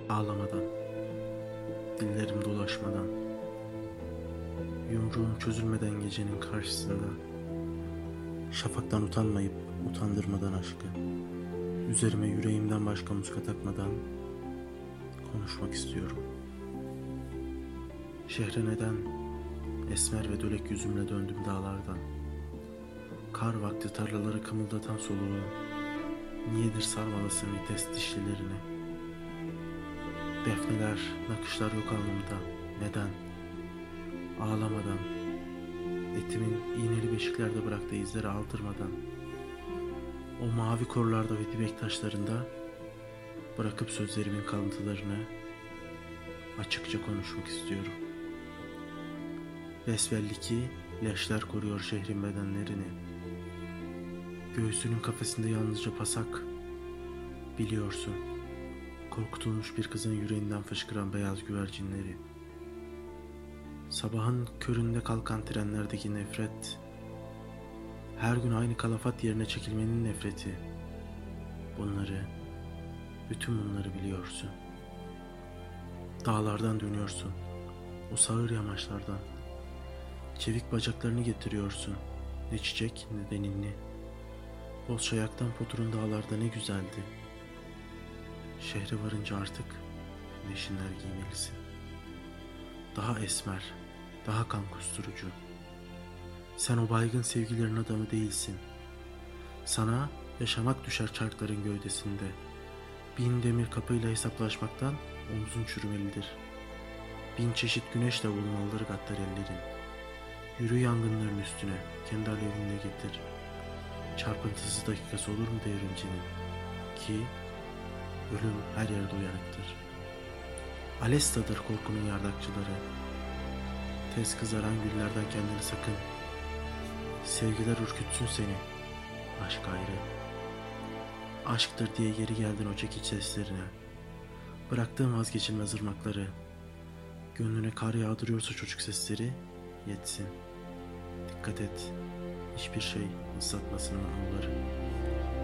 Ağlamadan, dillerim dolaşmadan, yumruğum çözülmeden gecenin karşısında, şafaktan utanmayıp utandırmadan aşkı, üzerime yüreğimden başka muska takmadan konuşmak istiyorum. Şehre neden, esmer ve dölek yüzümle döndüm dağlardan, kar vakti tarlaları kımıldatan soluğu, niyedir sarmalasın vites dişlilerini? Defneler, nakışlar yok alnımda, neden? Ağlamadan, etimin iğneli beşiklerde bıraktığı izleri aldırmadan, o mavi korlarda ve dibek taşlarında bırakıp sözlerimin kalıntılarını açıkça konuşmak istiyorum. Besbelli ki leşler koruyor şehrin bedenlerini. Göğsünün kafesinde yalnızca pasak, biliyorsun, korkutulmuş bir kızın yüreğinden fışkıran beyaz güvercinleri. Sabahın köründe kalkan trenlerdeki nefret, her gün aynı kalafat yerine çekilmenin nefreti. Bütün bunları biliyorsun. Dağlardan dönüyorsun, o sağır yamaçlardan. Çevik bacaklarını getiriyorsun, ne çiçek ne de ninni. Boz şayaktan Potur'un dağlarda ne güzeldi. Şehre varınca artık neşinler giymelisin. Daha esmer, daha kan kusturucu. Sen o baygın sevgilerin adamı değilsin. Sana yaşamak düşer çarkların gövdesinde. 1000 demir kapıyla hesaplaşmaktan omzun çürümelidir. 1000 çeşit güneşle vurmalıdır gaddar ellerin. Yürü yangınların üstüne, kendi alevini getir. Çarpıntısız dakikası olur mu devrimcinin? Ki ölüm her yerde uyanıktır. Alesta'dır korkunun yardakçıları. Tez kızaran güllerden kendini sakın. Sevgiler ürkütsün seni. Aşk ayrı. Aşktır diye geri geldin o çekiç seslerine. Bıraktığın vazgeçilmez ırmakları. Gönlüne kar yağdırıyorsa çocuk sesleri yetsin. Dikkat et. Hiçbir şey ıslatmasın namluları.